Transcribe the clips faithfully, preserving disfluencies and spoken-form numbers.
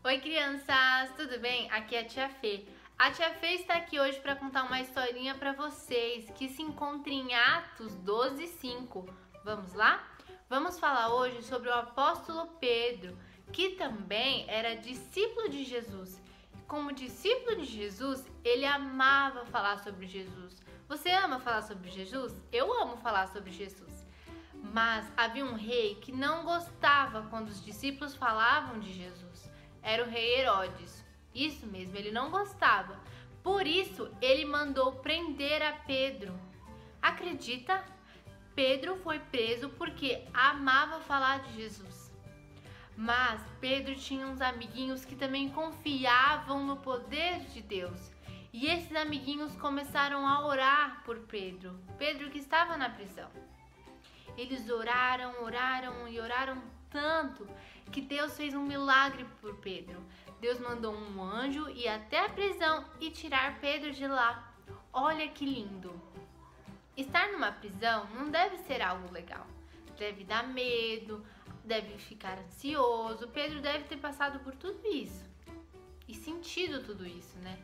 Oi, crianças, tudo bem? Aqui é a Tia Fê. A Tia Fê está aqui hoje para contar uma historinha para vocês que se encontra em Atos doze, cinco. Vamos lá? Vamos falar hoje sobre o apóstolo Pedro, que também era discípulo de Jesus. Como discípulo de Jesus, ele amava falar sobre Jesus. Você ama falar sobre Jesus? Eu amo falar sobre Jesus. Mas havia um rei que não gostava quando os discípulos falavam de Jesus. Era o rei Herodes. Isso mesmo, ele não gostava. Por isso, ele mandou prender a Pedro. Acredita? Pedro foi preso porque amava falar de Jesus. Mas Pedro tinha uns amiguinhos que também confiavam no poder de Deus. E esses amiguinhos começaram a orar por Pedro. Pedro que estava na prisão. Eles oraram, oraram e oraram tanto que Deus fez um milagre por Pedro. Deus mandou um anjo ir até a prisão e tirar Pedro de lá. Olha que lindo! Estar numa prisão não deve ser algo legal. Deve dar medo, deve ficar ansioso. Pedro deve ter passado por tudo isso e sentido tudo isso, né?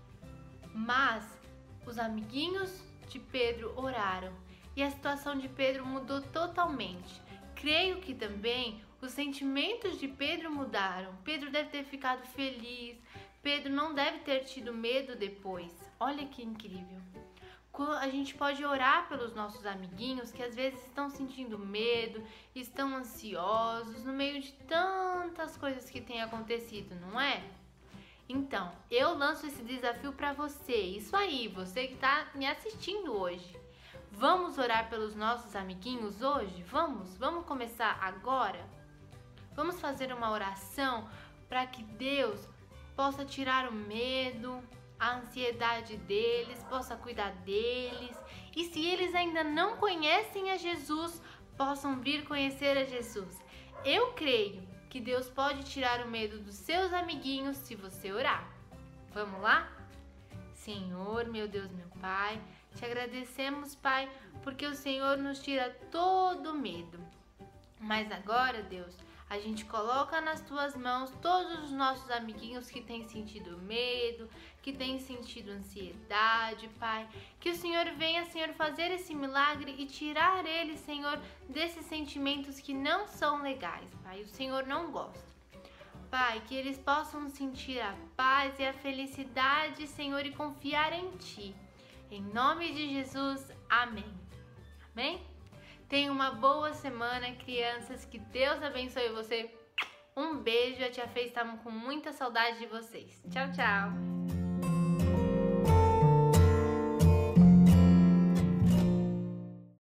Mas os amiguinhos de Pedro oraram e a situação de Pedro mudou totalmente. Creio que também os sentimentos de Pedro mudaram. Pedro deve ter ficado feliz. Pedro não deve ter tido medo depois. Olha que incrível. A gente pode orar pelos nossos amiguinhos que às vezes estão sentindo medo, estão ansiosos no meio de tantas coisas que têm acontecido, não é? Então, eu lanço esse desafio para você. Isso aí, você que está me assistindo hoje. Vamos orar pelos nossos amiguinhos hoje? Vamos? Vamos começar agora? Vamos fazer uma oração para que Deus possa tirar o medo, a ansiedade deles, possa cuidar deles. E se eles ainda não conhecem a Jesus, possam vir conhecer a Jesus. Eu creio que Deus pode tirar o medo dos seus amiguinhos se você orar. Vamos lá? Senhor, meu Deus, meu Pai, te agradecemos, Pai, porque o Senhor nos tira todo o medo. Mas agora, Deus, a gente coloca nas tuas mãos todos os nossos amiguinhos que têm sentido medo, que têm sentido ansiedade, Pai. Que o Senhor venha, Senhor, fazer esse milagre e tirar eles, Senhor, desses sentimentos que não são legais, Pai. O Senhor não gosta. Pai, que eles possam sentir a paz e a felicidade, Senhor, e confiar em Ti. Em nome de Jesus, amém. Amém? Tenha uma boa semana, crianças. Que Deus abençoe você. Um beijo. A Tia Fê está com muita saudade de vocês. Tchau, tchau.